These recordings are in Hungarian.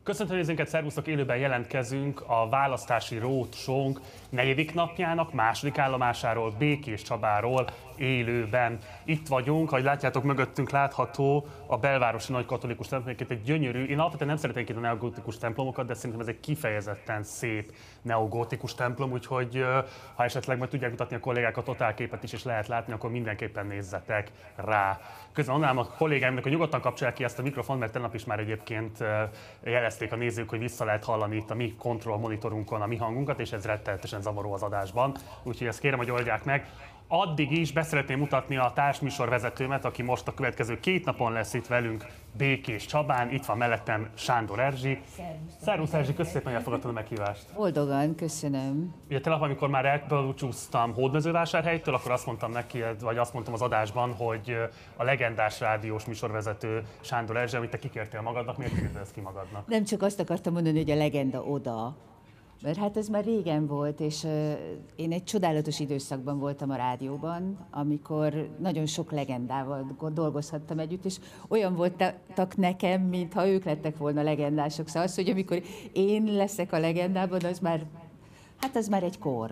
Köszöntöm nézőinket, szervusztok, élőben jelentkezünk a választási roadshow-nk 4. napjának második állomásáról, Békés Csabáról élőben. Itt vagyunk, ahogy látjátok, mögöttünk látható a belvárosi nagykatolikus templom, egy gyönyörű, én alapvetően nem szeretem itt a neogótikus templomokat, de szerintem ez egy kifejezetten szép neogótikus templom, úgyhogy ha esetleg majd tudják mutatni a kollégák a totálképet is, és lehet látni, akkor mindenképpen nézzetek rá. Közben mondanám a kollégáimnak, hogy nyugodtan kapcsolják ki ezt a mikrofont, mert tegnap is már egyébként jelezték a nézők, hogy vissza lehet hallani itt a mi kontroll monitorunkon a mi hangunkat, és ez rettenetesen zavaró az adásban. Úgyhogy ezt kérem, hogy oldják meg. Addig is beszeretném mutatni a társműsorvezetőmet, aki most a következő 2 napon lesz itt velünk Békés Csabán. Itt van mellettem Sándor Erzsi. Szervusz Erzsi, köszönöm szépen, hogy elfogadtad a meghívást. Boldogan, köszönöm. Ugye tegnap, amikor már elbúcsúztam Hódmezővásárhelytől, akkor azt mondtam neki, vagy azt mondtam az adásban, hogy a legendás rádiós műsorvezető Sándor Erzsi, amit te kikértél magadnak, miért kérdez ki magadnak? Nem csak azt akartam mondani, hogy a legenda oda. Mert hát ez már régen volt, és én egy csodálatos időszakban voltam a rádióban, amikor nagyon sok legendával dolgozhattam együtt, és olyan voltak nekem, mintha ők lettek volna legendások. Szóval az, hogy amikor én leszek a legendában, az már egy kor,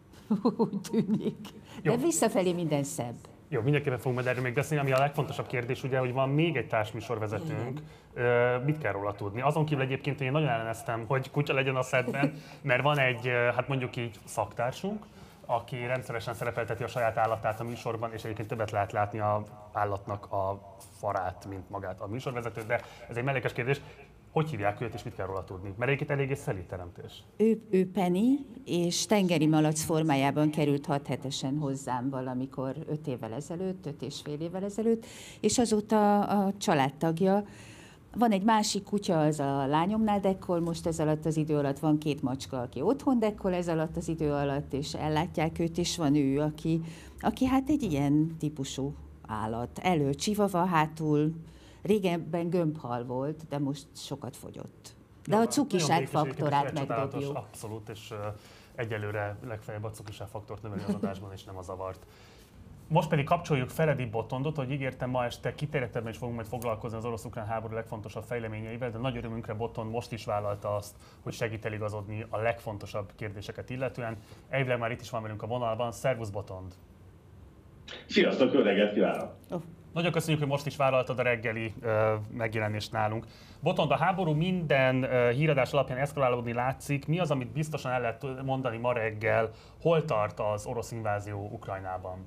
úgy tűnik. De visszafelé minden szebb. Jó, mindenképpen fogunk majd erről még beszélni, ami a legfontosabb kérdés, ugye, hogy van még egy társműsorvezetőnk. Mit kell róla tudni? Azon kívül egyébként én nagyon elleneztem, hogy kutya legyen a szedben, mert van egy, hát mondjuk így szaktársunk, aki rendszeresen szerepelteti a saját állatát a műsorban, és egyébként többet lehet látni az állatnak a farát, mint magát a műsorvezetőt, de ez egy mellékes kérdés. Hogy hívják őt, és mit kell róla tudni? Mert egyébként eléggé szelíd teremtés. Ő Penny, és tengeri malac formájában került 6 hetesen hozzám valamikor 5 évvel ezelőtt, 5 és fél évvel ezelőtt, és azóta a családtagja. Van egy másik kutya, az a lányomnál dekkol, most ez alatt az idő alatt van 2 macska, aki otthon dekkol ez alatt az idő alatt, és ellátják őt, és van ő, aki hát egy ilyen típusú állat. Elő csivava, hátul. Régebben gömbhal volt, de most sokat fogyott. De a cukiság faktorát megdobjuk. Abszolút, és egyelőre legfeljebb a cukiság faktort növeli az adásban, és nem a zavart. Most pedig kapcsoljuk Feledi Botondot, hogy ígértem, ma este kiterjedtebben is fogunk majd foglalkozni az orosz-ukrán háború legfontosabb fejleményeivel, de nagy örömünkre Botond most is vállalta azt, hogy segít eligazodni a legfontosabb kérdéseket illetően. Elvileg már itt is van velünk a vonalban. Szervusz Botond! Sziasztok, jó reggelt kívánok! Nagyon köszönjük, hogy most is vállaltad a reggeli megjelenést nálunk. Botond, a háború minden híradás alapján eszkalálódni látszik. Mi az, amit biztosan el lehet mondani ma reggel? Hol tart az orosz invázió Ukrajnában?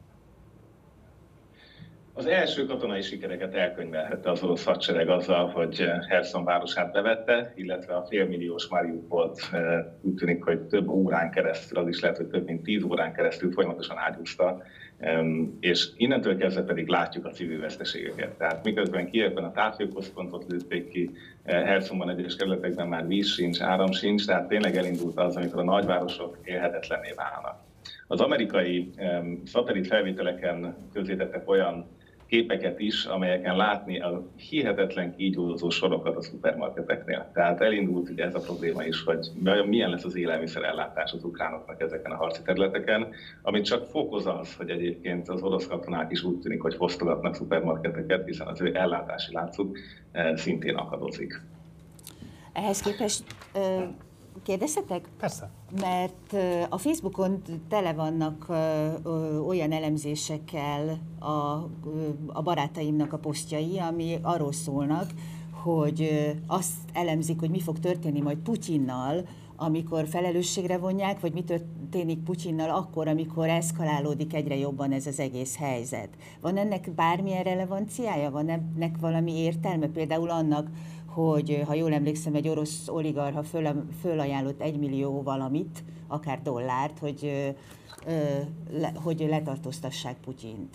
Az első katonai sikereket elkönyvelhette az orosz hadsereg azzal, hogy Herszon városát bevette, illetve a félmilliós Mariupolt úgy tűnik, hogy több órán keresztül, az is lehet, hogy több mint 10 órán keresztül folyamatosan ágyúzta, és innentől kezdve pedig látjuk a civil veszteségeket. Tehát miközben Kijevben a távfőközpontot lőtték ki, Herszonban egyes kerületekben már víz sincs, áram sincs, tehát tényleg elindult az, amikor a nagyvárosok élhetetlenné válnak. Az amerikai szatellit felvételeken közzétettek olyan képeket is, amelyeken látni a hihetetlen kígyózó sorokat a szupermarketeknél. Tehát elindult ugye ez a probléma is, hogy milyen lesz az élelmiszerellátás az ukránoknak ezeken a harci területeken, amit csak fokoz az, hogy egyébként az orosz katonák is úgy tűnik, hogy fosztogatnak szupermarketeket, hiszen az ő ellátási láncuk szintén akadozik. Ehhez képest kérdezhetek? Persze. Mert a Facebookon tele vannak olyan elemzésekkel a barátaimnak a posztjai, ami arról szólnak, hogy azt elemzik, hogy mi fog történni majd Putyinnal, amikor felelősségre vonják, vagy mi történik Putyinnal akkor, amikor eszkalálódik egyre jobban ez az egész helyzet. Van ennek bármilyen relevanciája? Van ennek valami értelme? Például annak, hogy ha jól emlékszem, egy orosz oligarcha fölajánlott 1 millió valamit, akár dollárt, hogy letartóztassák Putyint.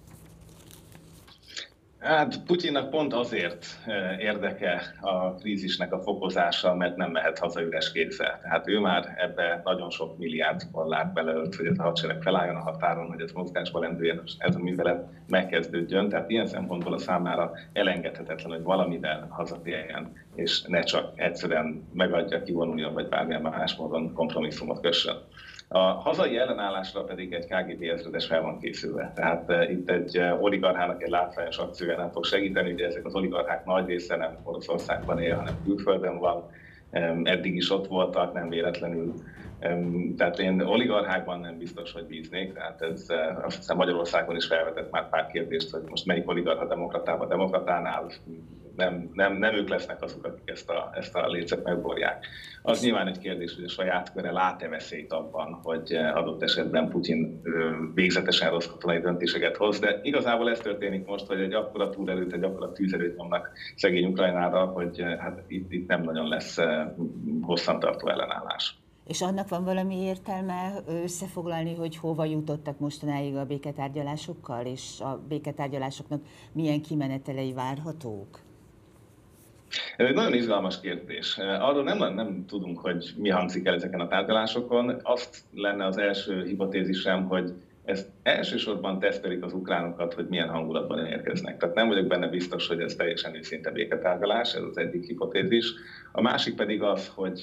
Hát Putyinnak pont azért érdeke a krízisnek a fokozása, mert nem mehet haza üres kézzel. Tehát ő már ebbe nagyon sok milliárd dollárt beleölt, hogy ez a hadsereg felálljon a határon, hogy ez mozgásba lendüljön, ez a művelet megkezdődjön. Tehát ilyen szempontból a számára elengedhetetlen, hogy valamivel hazatérjen, és ne csak egyszerűen megadja, kivonuljon, vagy bármilyen más módon kompromisszumot kössön. A hazai ellenállásra pedig egy KGB ezredes fel van készülve. Tehát itt egy oligarchának egy látványos akciójánál fog segíteni, ugye ezek az oligarchák nagy része nem Oroszországban él, hanem külföldön van, eddig is ott voltak, nem véletlenül. Tehát én oligarchákban nem biztos, hogy bíznék, tehát ez azt hiszem Magyarországon is felvetett már pár kérdést, hogy most melyik oligarcha demokratánál nem ők lesznek azok, akik ezt a lécet megborják. Az nyilván egy kérdés, hogy a saját köre lát-e veszélyt abban, hogy adott esetben Putyin végzetesen rossz katonai döntéseket hoz, de igazából ez történik most, hogy egy akkora túlerőt, egy akkora tűzerőt nyomnak szegény Ukrajnára, hogy hát itt nem nagyon lesz hosszantartó ellenállás. És annak van valami értelme összefoglalni, hogy hova jutottak mostanáig a béketárgyalásokkal, és a béketárgyalásoknak milyen kimenetelei várhatók? Ez egy nagyon izgalmas kérdés. Arról nem tudunk, hogy mi hangzik el ezeken a tárgyalásokon. Azt lenne az első hipotézisem, hogy ez elsősorban tesztelik az ukránokat, hogy milyen hangulatban érkeznek. Tehát nem vagyok benne biztos, hogy ez teljesen őszinte béketárgyalás, ez az egyik hipotézis. A másik pedig az, hogy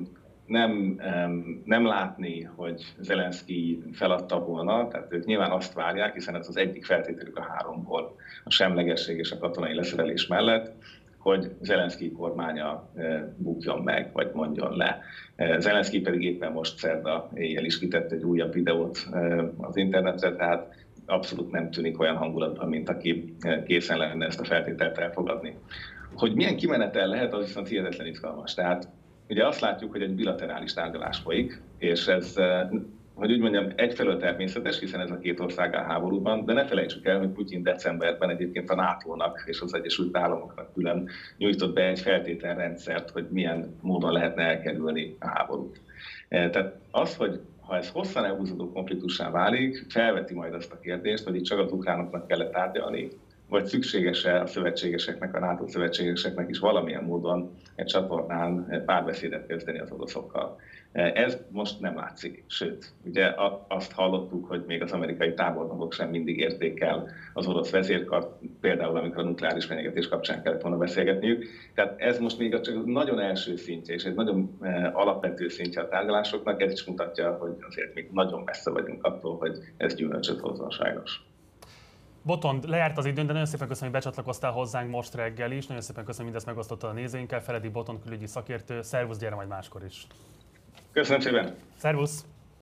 nem látni, hogy Zelenszkij feladta volna, tehát ők nyilván azt várják, hiszen ez az egyik feltételük a háromból, a semlegesség és a katonai leszerelés mellett, hogy Zelenszkij kormánya bukjon meg, vagy mondjon le. Zelenszkij pedig éppen most szerda éjjel is kitett egy újabb videót az internetre, tehát abszolút nem tűnik olyan hangulatban, mint aki készen lenne ezt a feltételt elfogadni. Hogy milyen kimenetel lehet, az viszont hihetetlen izgalmas. Tehát ugye azt látjuk, hogy egy bilaterális tárgyalás folyik, és ez, hogy úgy mondjam, egyfelől természetes, hiszen ez a két ország áll háborúban, de ne felejtsük el, hogy Putyin decemberben egyébként a NATO-nak és az Egyesült Államoknak külön nyújtott be egy feltételrendszert, hogy milyen módon lehetne elkerülni a háborút. Tehát az, hogy ha ez hosszan elhúzódó konfliktussá válik, felveti majd azt a kérdést, hogy itt csak az ukránoknak kellett tárgyalni, vagy szükséges-e a szövetségeseknek, a NATO szövetségeseknek is valamilyen módon egy csatornán párbeszédet kezdeni az oroszokkal. Ez most nem látszik, sőt, ugye azt hallottuk, hogy még az amerikai tábornokok sem mindig érték el az orosz vezérkart, például amikor a nukleáris fenyegetés kapcsán kellett volna beszélgetniük. Tehát ez most még csak nagyon első szintje, és egy nagyon alapvető szintje a tárgyalásoknak, ez is mutatja, hogy azért még nagyon messze vagyunk attól, hogy ez gyümölcsöt hozzon sajnos. Botond, lejárt az időn, de nagyon szépen köszönöm, hogy becsatlakoztál hozzánk most reggel is. Nagyon szépen köszönöm, mindezt megosztottad a nézőinkkel. Feledi Botond külügyi szakértő. Szervusz, gyere majd máskor is. Köszönöm szépen! Szervusz!